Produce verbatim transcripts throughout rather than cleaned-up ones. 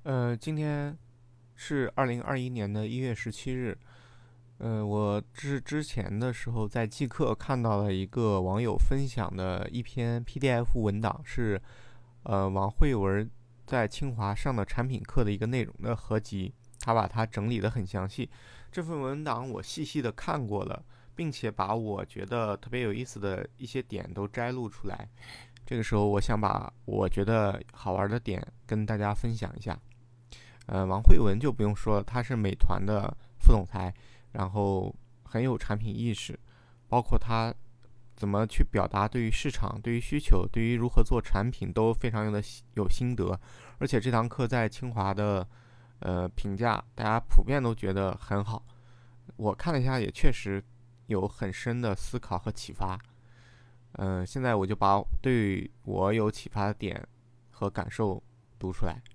呃，今天是二零二一年的一月十七日。呃，我之之前的时候在即刻看到了一个网友分享的一篇 P D F 文档，是呃王慧文在清华上的产品课的一个内容的合集，他把它整理得很详细。这份文档我细细的看过了，并且把我觉得特别有意思的一些点都摘录出来。这个时候，我想把我觉得好玩的点跟大家分享一下。呃，王慧文就不用说了，他是美团的副总裁，然后很有产品意识，包括他怎么去表达对于市场、对于需求、对于如何做产品都非常有的有心得。而且这堂课在清华的呃评价，大家普遍都觉得很好。我看了一下，也确实有很深的思考和启发。嗯、呃，现在我就把对我有启发的点和感受读出来。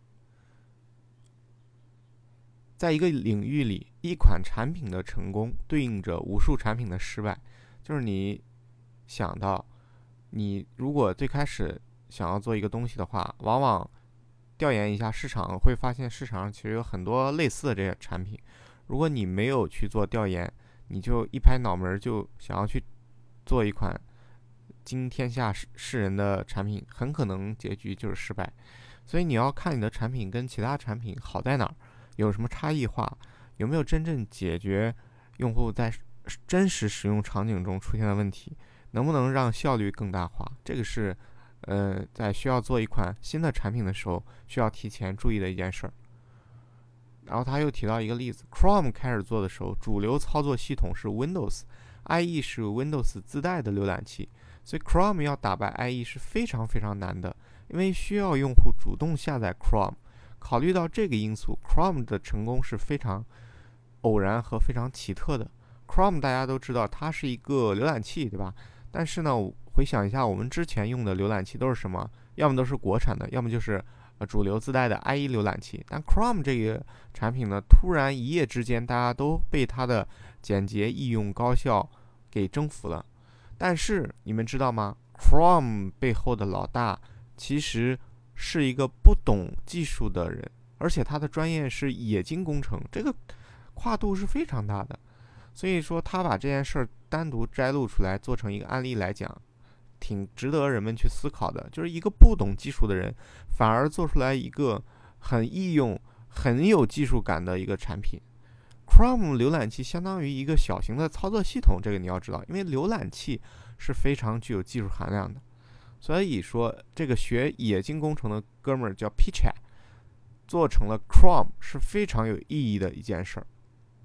在一个领域里，一款产品的成功对应着无数产品的失败。就是你想到，你如果最开始想要做一个东西的话，往往调研一下市场，会发现市场上其实有很多类似的这些产品。如果你没有去做调研，你就一拍脑门就想要去做一款惊天下世人的产品，很可能结局就是失败。所以你要看你的产品跟其他产品好在哪儿，有什么差异化，有没有真正解决用户在真实使用场景中出现的问题，能不能让效率更大化。这个是呃在需要做一款新的产品的时候需要提前注意的一件事儿。然后他又提到一个例子 ，Chrome 开始做的时候，主流操作系统是 Windows，I E 是 Windows 自带的浏览器，所以 Chrome 要打败 I E 是非常非常难的，因为需要用户主动下载 Chrome。考虑到这个因素 ，Chrome 的成功是非常偶然和非常奇特的。Chrome 大家都知道它是一个浏览器，对吧？但是呢，回想一下我们之前用的浏览器都是什么？要么都是国产的，要么就是呃主流自带的 I E 浏览器。但 Chrome 这个产品呢，突然一夜之间大家都被它的简洁、易用、高效给征服了。但是你们知道吗 ？Chrome 背后的老大其实是一个不懂技术的人，而且他的专业是冶金工程，这个跨度是非常大的。所以说，他把这件事儿单独摘录出来，做成一个案例来讲，挺值得人们去思考的。就是一个不懂技术的人，反而做出来一个很易用、很有技术感的一个产品。Chrome 浏览器相当于一个小型的操作系统，这个你要知道，因为浏览器是非常具有技术含量的。所以说，这个学冶金工程的哥们儿叫 Pichai， 做成了 Chrome 是非常有意义的一件事儿。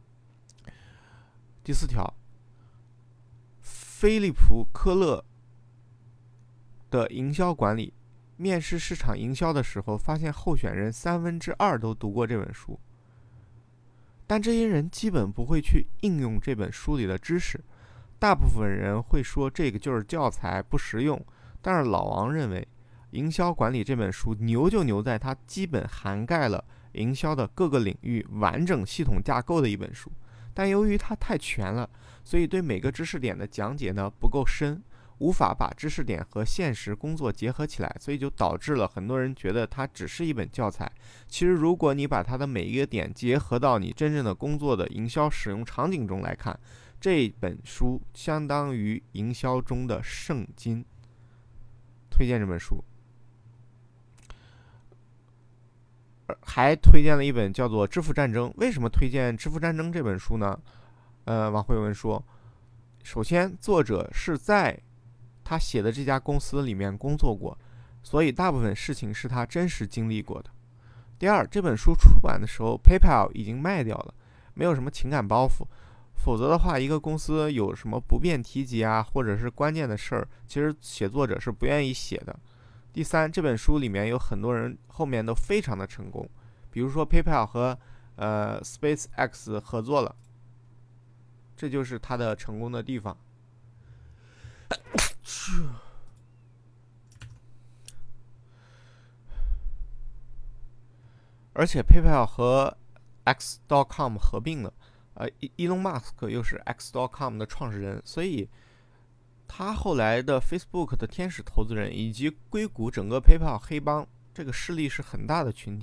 第四条，飞利浦科勒的营销管理，面试市场营销的时候，发现候选人三分之二都读过这本书，但这些人基本不会去应用这本书里的知识。大部分人会说这个就是教材，不实用。但是老王认为，《营销管理》这本书牛就牛在它基本涵盖了营销的各个领域完整系统架构的一本书。但由于它太全了，所以对每个知识点的讲解呢不够深，无法把知识点和现实工作结合起来，所以就导致了很多人觉得它只是一本教材。其实如果你把它的每一个点结合到你真正的工作的营销使用场景中来看，这本书相当于营销中的圣经。推荐这本书，还推荐了一本叫做《致富战争》。为什么推荐《致富战争》这本书呢？呃，王慧文说，首先作者是在他写的这家公司里面工作过，所以大部分事情是他真实经历过的。第二，这本书出版的时候 PayPal 已经卖掉了，没有什么情感包袱。否则的话，一个公司有什么不便提及啊，或者是关键的事儿，其实写作者是不愿意写的。第三，这本书里面有很多人后面都非常的成功，比如说 PayPal 和呃 SpaceX 合作了，这就是它的成功的地方。而且 PayPal 和 X 点 com 合并了。呃，Elon Musk 又是 X 点 com 的创始人，所以他后来的 Facebook 的天使投资人以及硅谷整个 PayPal 黑帮这个势力是很大的群体，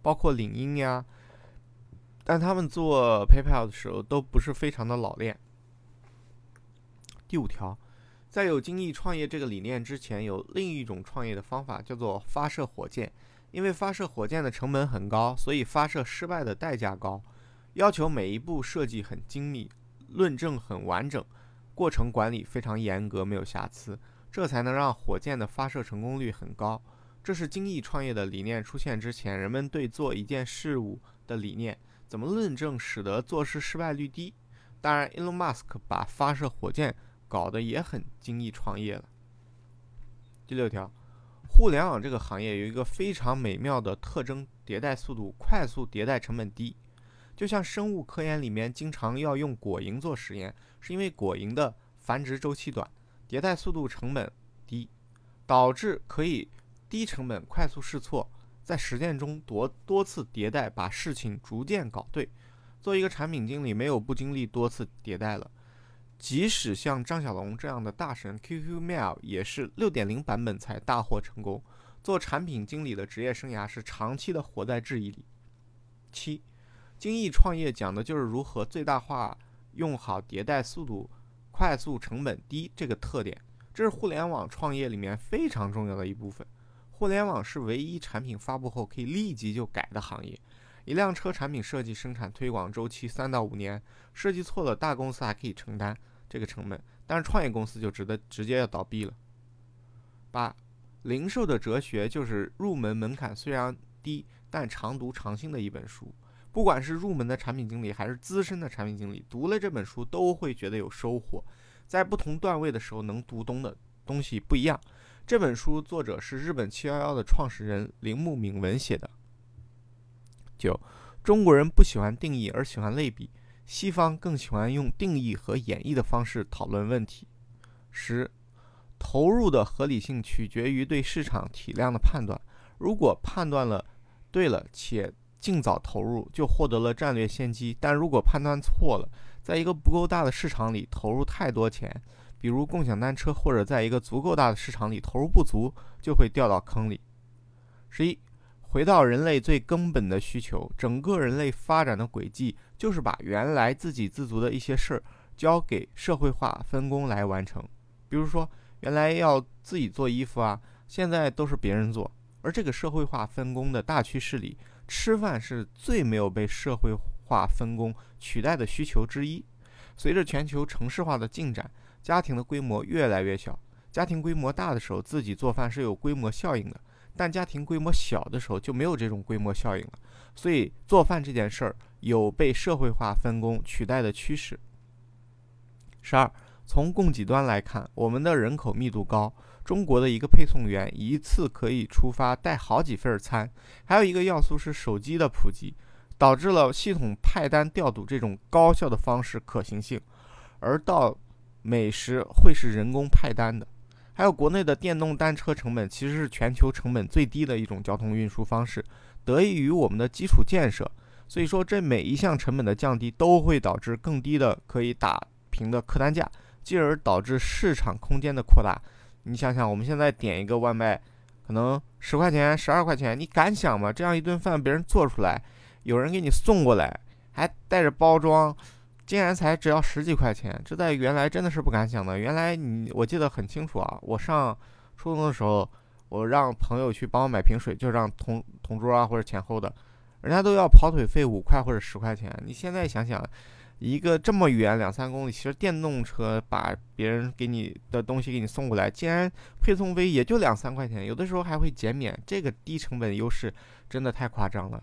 包括领英呀，但他们做 PayPal 的时候都不是非常的老练。第五条，在有精益创业这个理念之前，有另一种创业的方法，叫做发射火箭。因为发射火箭的成本很高，所以发射失败的代价高，要求每一步设计很精密，论证很完整，过程管理非常严格，没有瑕疵，这才能让火箭的发射成功率很高。这是精益创业的理念出现之前，人们对做一件事物的理念怎么论证，使得做事失败率低。当然 Elon Musk 把发射火箭搞得也很精益创业了。第六条，互联网这个行业有一个非常美妙的特征，迭代速度快速，迭代成本低。就像生物科研里面经常要用果蝇做实验，是因为果蝇的繁殖周期短，迭代速度成本低，导致可以低成本快速试错，在实践中多多次迭代，把事情逐渐搞对。做一个产品经理没有不经历多次迭代了，即使像张小龙这样的大神 Q Q Mail 也是 六点零 版本才大获成功。做产品经理的职业生涯是长期的活在质疑里。七，精益创业讲的就是如何最大化用好迭代速度快速成本低这个特点，这是互联网创业里面非常重要的一部分。互联网是唯一产品发布后可以立即就改的行业。一辆车产品设计、生产、推广周期三到五年，设计错了，大公司还可以承担这个成本，但是创业公司就值得直接要倒闭了。八，零售的哲学就是入门门槛虽然低，但常读常新的一本书。不管是入门的产品经理还是资深的产品经理，读了这本书都会觉得有收获，在不同段位的时候能读懂的东西不一样。这本书作者是日本七一一的创始人铃木敏文写的。九，中国人不喜欢定义而喜欢类比，西方更喜欢用定义和演绎的方式讨论问题。十，投入的合理性取决于对市场体量的判断，如果判断了对了且尽早投入，就获得了战略先机，但如果判断错了，在一个不够大的市场里投入太多钱，比如共享单车，或者在一个足够大的市场里投入不足，就会掉到坑里。十一，回到人类最根本的需求，整个人类发展的轨迹就是把原来自给自足的一些事儿交给社会化分工来完成。比如说原来要自己做衣服啊，现在都是别人做。而这个社会化分工的大趋势里，吃饭是最没有被社会化分工取代的需求之一。随着全球城市化的进展，家庭的规模越来越小，家庭规模大的时候自己做饭是有规模效应的，但家庭规模小的时候就没有这种规模效应了，所以做饭这件事儿有被社会化分工取代的趋势。十二，从供给端来看，我们的人口密度高，中国的一个配送员一次可以出发带好几份餐，还有一个要素是手机的普及，导致了系统派单调度这种高效的方式可行性，而到美食会是人工派单的。还有国内的电动单车成本其实是全球成本最低的一种交通运输方式，得益于我们的基础建设，所以说这每一项成本的降低都会导致更低的可以打平的客单价，进而导致市场空间的扩大。你想想，我们现在点一个外卖可能十块钱十二块钱，你敢想吗？这样一顿饭别人做出来，有人给你送过来，还带着包装，竟然才只要十几块钱，这在原来真的是不敢想的。原来你我记得很清楚啊，我上初中的时候，我让朋友去帮我买瓶水，就让同同桌啊或者前后的，人家都要跑腿费五块或者十块钱。你现在想想，一个这么远两三公里，其实电动车把别人给你的东西给你送过来，竟然配送费也就两三块钱，有的时候还会减免，这个低成本优势真的太夸张了。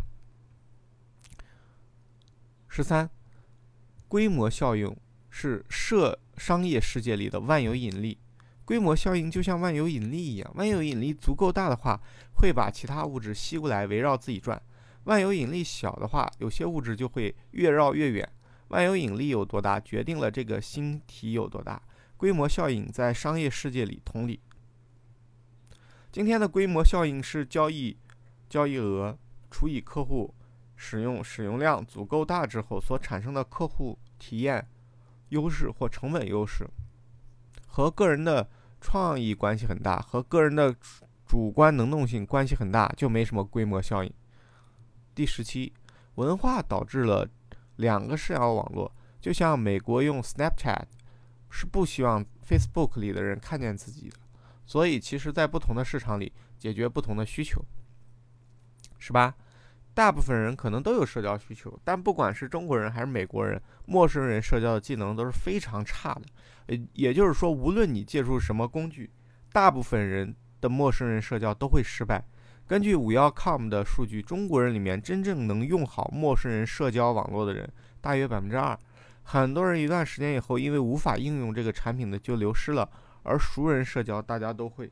十三，规模效应是社商业世界里的万有引力。规模效应就像万有引力一样，万有引力足够大的话，会把其他物质吸过来围绕自己转；万有引力小的话，有些物质就会越绕越远。万有引力有多大，决定了这个星体有多大。规模效应在商业世界里同理。今天的规模效应是交易交易额除以客户使用使用量足够大之后所产生的客户体验优势或成本优势，和个人的创意关系很大，和个人的主观能动性关系很大，就没什么规模效应。 第十期，文化导致了两个社交网络，就像美国用 Snapchat 是不希望 Facebook 里的人看见自己的，所以其实在不同的市场里解决不同的需求，是吧？大部分人可能都有社交需求，但不管是中国人还是美国人，陌生人社交的技能都是非常差的。也也就是说，无论你借助什么工具，大部分人的陌生人社交都会失败。根据五幺 点 com 的数据，中国人里面真正能用好陌生人社交网络的人大约百分之二。很多人一段时间以后，因为无法应用这个产品的就流失了，而熟人社交大家都会。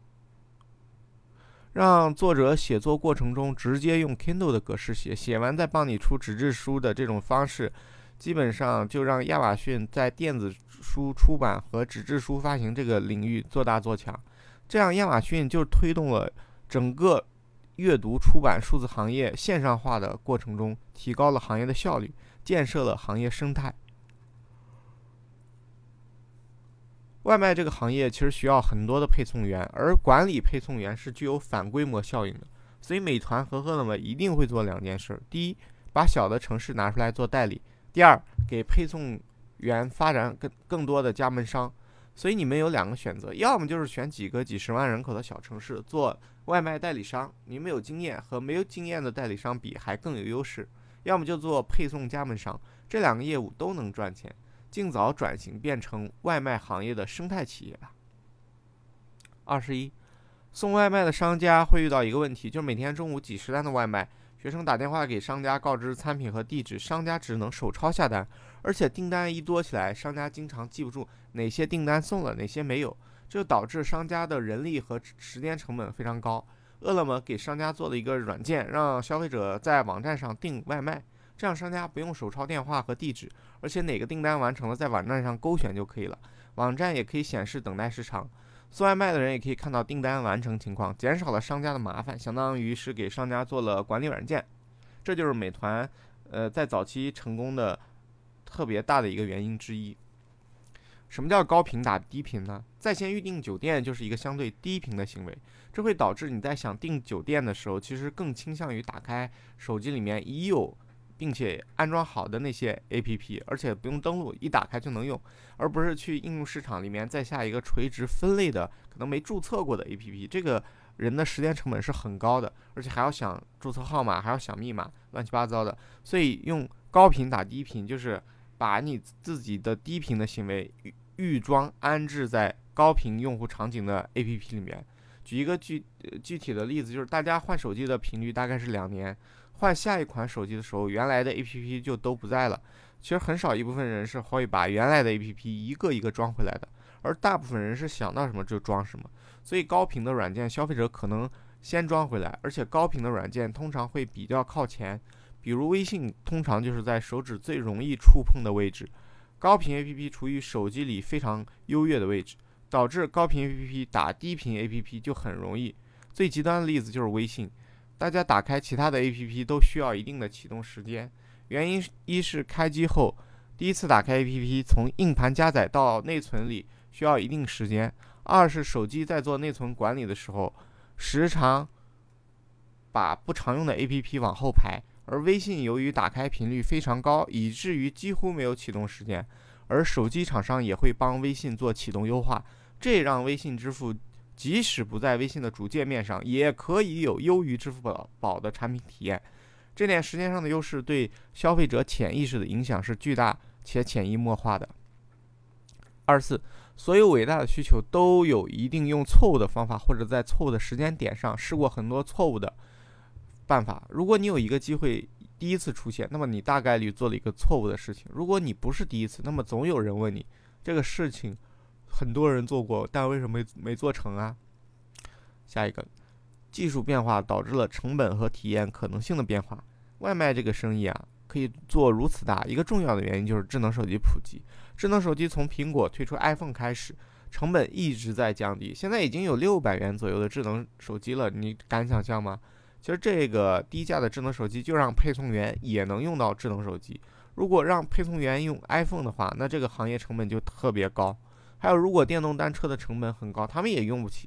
让作者写作过程中直接用 Kindle 的格式写，写完再帮你出纸质书的这种方式，基本上就让亚马逊在电子书出版和纸质书发行这个领域做大做强。这样亚马逊就推动了整个阅读出版数字行业线上化的过程中，提高了行业的效率，建设了行业生态。外卖这个行业其实需要很多的配送员，而管理配送员是具有反规模效应的，所以美团和饿了么一定会做两件事：第一，把小的城市拿出来做代理；第二，给配送员发展更更多的加盟商。所以你们有两个选择，要么就是选几个几十万人口的小城市做外卖代理商，你们有经验，和没有经验的代理商比还更有优势；要么就做配送加盟商，这两个业务都能赚钱。尽早转型变成外卖行业的生态企业吧。二十一，送外卖的商家会遇到一个问题，就是每天中午几十单的外卖，学生打电话给商家告知餐品和地址，商家只能手抄下单，而且订单一多起来，商家经常记不住哪些订单送了，哪些没有，这就导致商家的人力和时间成本非常高。饿了么给商家做了一个软件，让消费者在网站上订外卖，这样商家不用手抄电话和地址，而且哪个订单完成了，在网站上勾选就可以了。网站也可以显示等待时长，送外卖的人也可以看到订单完成情况，减少了商家的麻烦，相当于是给商家做了管理软件。这就是美团呃在早期成功的特别大的一个原因之一。什么叫高频打低频呢？在线预订酒店就是一个相对低频的行为，这会导致你在想订酒店的时候，其实更倾向于打开手机里面已有并且安装好的那些 A P P， 而且不用登录，一打开就能用，而不是去应用市场里面再下一个垂直分类的可能没注册过的 A P P， 这个人的时间成本是很高的，而且还要想注册号码，还要想密码，乱七八糟的。所以用高频打低频，就是把你自己的低频的行为预装安置在高频用户场景的 A P P 里面。举一个具具体的例子，就是大家换手机的频率大概是两年，换下一款手机的时候，原来的 A P P 就都不在了。其实很少一部分人是会把原来的 A P P 一个一个装回来的，而大部分人是想到什么就装什么。所以高频的软件，消费者可能先装回来，而且高频的软件通常会比较靠前，比如微信通常就是在手指最容易触碰的位置，高频 A P P 处于手机里非常优越的位置，导致高频 A P P 打低频 A P P 就很容易。最极端的例子就是微信，大家打开其他的 A P P 都需要一定的启动时间，原因一是开机后第一次打开 A P P 从硬盘加载到内存里需要一定时间，二是手机在做内存管理的时候时常把不常用的 A P P 往后排，而微信由于打开频率非常高，以至于几乎没有启动时间，而手机厂商也会帮微信做启动优化，这也让微信支付即使不在微信的主界面上，也可以有优于支付宝的产品体验。这点时间上的优势对消费者潜意识的影响是巨大且潜移默化的。二四，所有伟大的需求都有一定用错误的方法或者在错误的时间点上试过很多错误的办法。如果你有一个机会第一次出现，那么你大概率做了一个错误的事情。如果你不是第一次，那么总有人问你这个事情很多人做过，但为什么没没做成啊？下一个，技术变化导致了成本和体验可能性的变化。外卖这个生意啊，可以做如此大，一个重要的原因就是智能手机普及。智能手机从苹果推出 iPhone 开始，成本一直在降低，现在已经有六百元左右的智能手机了，你敢想象吗？其实这个低价的智能手机就让配送员也能用到智能手机。如果让配送员用 iPhone 的话，那这个行业成本就特别高。还有，如果电动单车的成本很高，他们也用不起。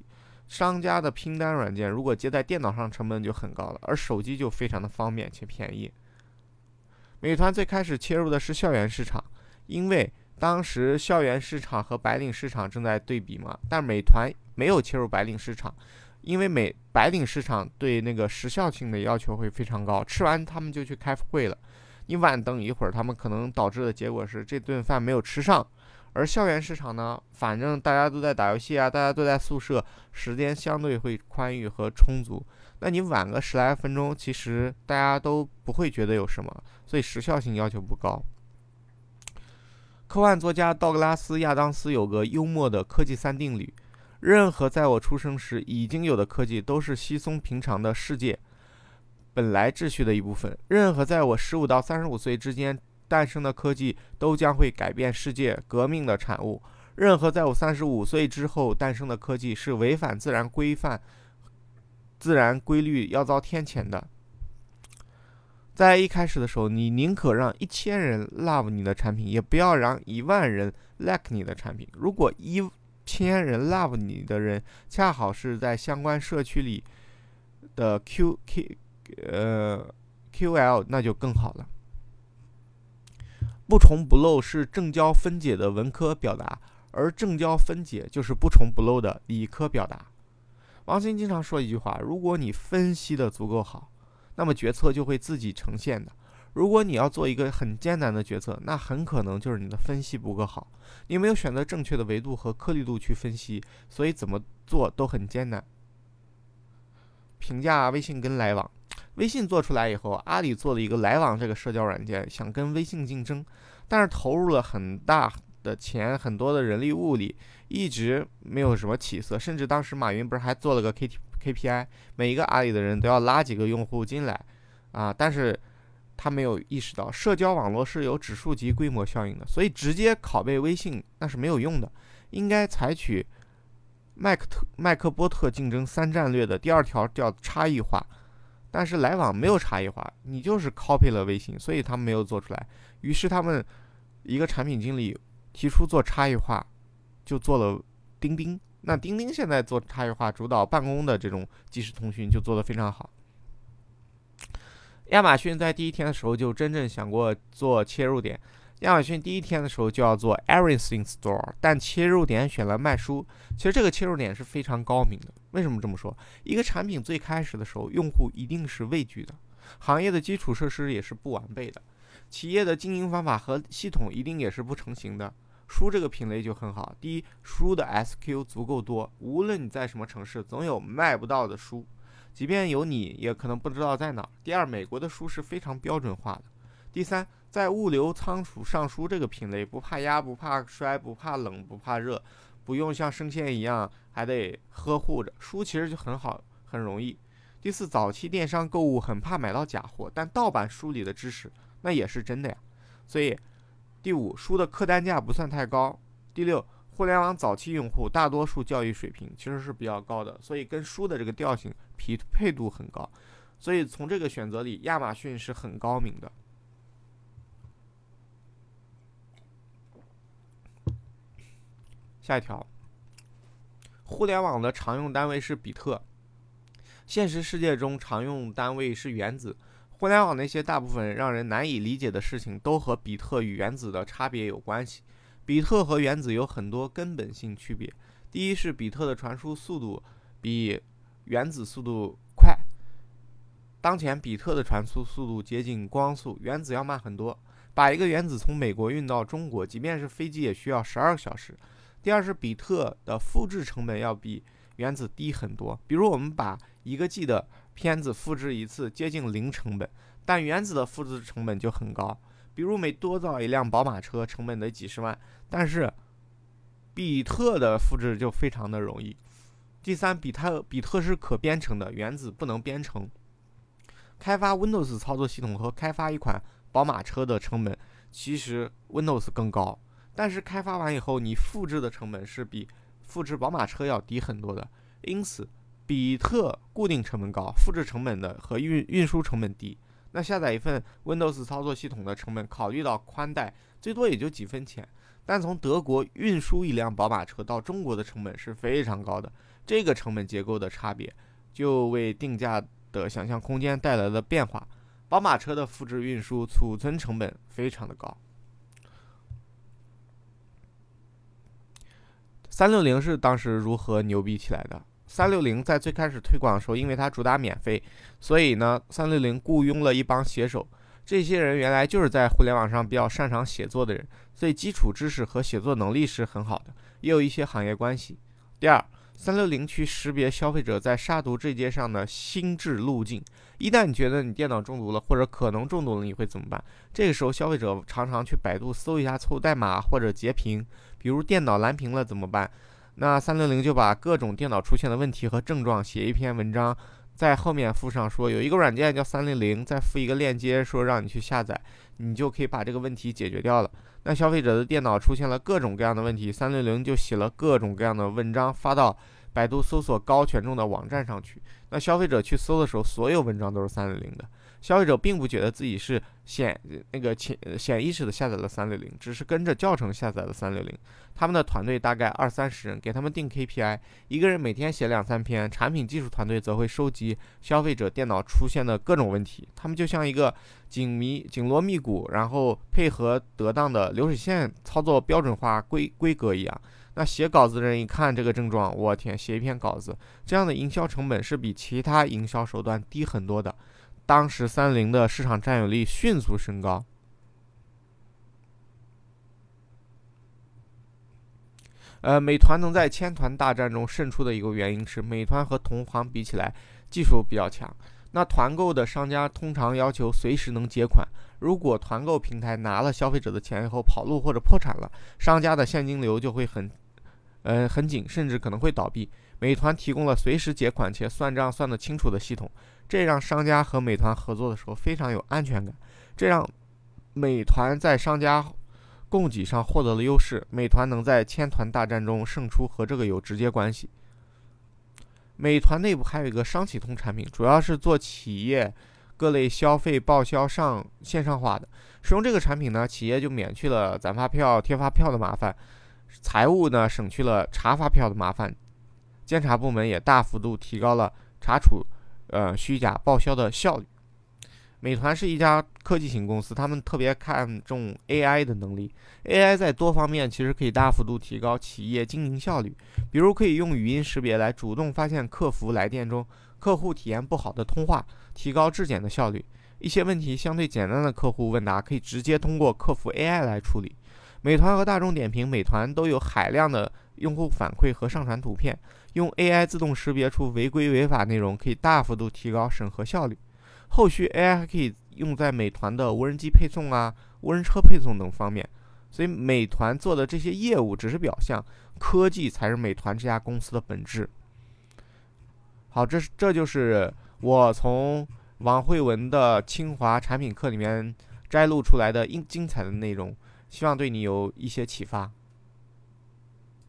商家的拼单软件如果接在电脑上成本就很高了，而手机就非常的方便且便宜。美团最开始切入的是校园市场，因为当时校园市场和白领市场正在对比嘛，但美团没有切入白领市场，因为美白领市场对那个时效性的要求会非常高，吃完他们就去开会了，你晚等一会儿，他们可能导致的结果是这顿饭没有吃上。而校园市场呢，反正大家都在打游戏啊，大家都在宿舍，时间相对会宽裕和充足。那你晚个十来分钟，其实大家都不会觉得有什么，所以时效性要求不高。科幻作家道格拉斯·亚当斯有个幽默的科技三定律：任何在我出生时已经有的科技都是稀松平常的世界本来秩序的一部分，任何在我十五到三十五岁之间诞生的科技都将会改变世界革命的产物，任何在我三十五岁之后诞生的科技是违反自然规范、自然规律，要遭天谴的。在一开始的时候，你宁可让一千人 love 你的产品，也不要让一万人 like 你的产品。如果一千人 love 你的人恰好是在相关社区里的 Q Q 呃 Q L， 那就更好了。不重不漏是正交分解的文科表达，而正交分解就是不重不漏的理科表达。王鑫经常说一句话：如果你分析的足够好，那么决策就会自己呈现的。如果你要做一个很艰难的决策，那很可能就是你的分析不够好，你没有选择正确的维度和颗粒度去分析，所以怎么做都很艰难。评价微信跟来往，微信做出来以后，阿里做了一个来往这个社交软件，想跟微信竞争，但是投入了很大的钱，很多的人力物力，一直没有什么起色。甚至当时马云不是还做了个 K P I， 每一个阿里的人都要拉几个用户进来啊，但是他没有意识到社交网络是有指数级规模效应的，所以直接拷贝微信那是没有用的，应该采取麦克特麦克波特竞争三战略的第二条叫差异化。但是来往没有差异化，你就是 copy 了微信，所以他们没有做出来。于是他们一个产品经理提出做差异化，就做了钉钉。那钉钉现在做差异化主导办公的这种即时通讯就做得非常好。亚马逊在第一天的时候就真正想过做切入点，亚马逊第一天的时候就要做 Everything Store， 但切入点选了卖书。其实这个切入点是非常高明的。为什么这么说？一个产品最开始的时候，用户一定是畏惧的，行业的基础设施也是不完备的，企业的经营方法和系统一定也是不成型的。书这个品类就很好，第一，书的 S K U 足够多，无论你在什么城市，总有卖不到的书，即便有你也可能不知道在哪儿。第二，美国的书是非常标准化的。第三，在物流仓储上书这个品类，不怕压，不怕摔，不怕冷，不怕热，不用像生鲜一样还得呵护着，书其实就很好，很容易。第四，早期电商购物很怕买到假货，但盗版书里的知识那也是真的呀。所以第五，书的客单价不算太高。第六，互联网早期用户大多数教育水平其实是比较高的，所以跟书的这个调性匹配度很高。所以从这个选择里，亚马逊是很高明的。下一条，互联网的常用单位是比特，现实世界中常用单位是原子。互联网那些大部分让人难以理解的事情都和比特与原子的差别有关系。比特和原子有很多根本性区别。第一是比特的传输速度比原子速度快，当前比特的传输速度接近光速，原子要慢很多。把一个原子从美国运到中国，即便是飞机也需要十二个小时。第二是比特的复制成本要比原子低很多，比如我们把一个 G 的片子复制一次接近零成本，但原子的复制成本就很高，比如每多造一辆宝马车成本得几十万，但是比特的复制就非常的容易。第三，比特比特是可编程的，原子不能编程。开发 Windows 操作系统和开发一款宝马车的成本其实 Windows 更高，但是开发完以后你复制的成本是比复制宝马车要低很多的，因此比特固定成本高，复制成本的和运运输成本低。那下载一份 Windows 操作系统的成本，考虑到宽带，最多也就几分钱，但从德国运输一辆宝马车到中国的成本是非常高的， 这个成本结构的差别就为定价的想象空间带来了变化。宝马车的复制运输储存成本非常的高。三六零是当时如何牛逼起来的？三六零在最开始推广的时候，因为它主打免费，所以呢，三六零雇佣了一帮写手。这些人原来就是在互联网上比较擅长写作的人，所以基础知识和写作能力是很好的，也有一些行业关系。第二，三六零去识别消费者在杀毒这阶上的心智路径。一旦你觉得你电脑中毒了，或者可能中毒了，你会怎么办？这个时候，消费者常常去百度搜一下错误代码或者截屏，比如电脑蓝屏了怎么办？那三六零就把各种电脑出现的问题和症状写一篇文章，在后面附上说有一个软件叫三六零，再附一个链接说让你去下载，你就可以把这个问题解决掉了。那消费者的电脑出现了各种各样的问题，三六零就写了各种各样的文章发到百度搜索高权重的网站上去。那消费者去搜的时候，所有文章都是三六零的。消费者并不觉得自己是显那个潜潜意识的下载了三六零，只是跟着教程下载了三六零。他们的团队大概二三十人，给他们定 K P I， 一个人每天写两三篇。产品技术团队则会收集消费者电脑出现的各种问题，他们就像一个紧密紧锣密鼓，然后配合得当的流水线操作标准化规规格一样。那写稿子的人一看这个症状，我天，写一篇稿子，这样的营销成本是比其他营销手段低很多的。当时三六零的市场占有率迅速升高。呃，美团能在千团大战中胜出的一个原因是，美团和同行比起来技术比较强。那团购的商家通常要求随时能结款，如果团购平台拿了消费者的钱以后跑路或者破产了，商家的现金流就会很呃很紧，甚至可能会倒闭。美团提供了随时结款且算账算得清楚的系统，这让商家和美团合作的时候非常有安全感，这让美团在商家供给上获得了优势。美团能在千团大战中胜出和这个有直接关系。美团内部还有一个商企通产品，主要是做企业各类消费报销上线上化的。使用这个产品呢，企业就免去了攒发票、贴发票的麻烦，财务呢省去了查发票的麻烦，监察部门也大幅度提高了查处呃虚假报销的效率。美团是一家科技型公司，他们特别看重 A I 的能力。A I 在多方面其实可以大幅度提高企业经营效率，比如可以用语音识别来主动发现客服来电中客户体验不好的通话，提高质检的效率。一些问题相对简单的客户问答可以直接通过客服 A I 来处理。美团和大众点评、美团都有海量的用户反馈和上传图片，用 A I 自动识别出违规违法内容，可以大幅度提高审核效率。后续 A I 还可以用在美团的无人机配送啊、无人车配送等方面。所以美团做的这些业务只是表象，科技才是美团这家公司的本质。好，这是这就是我从王慧文的清华产品课里面摘录出来的精彩的内容，希望对你有一些启发。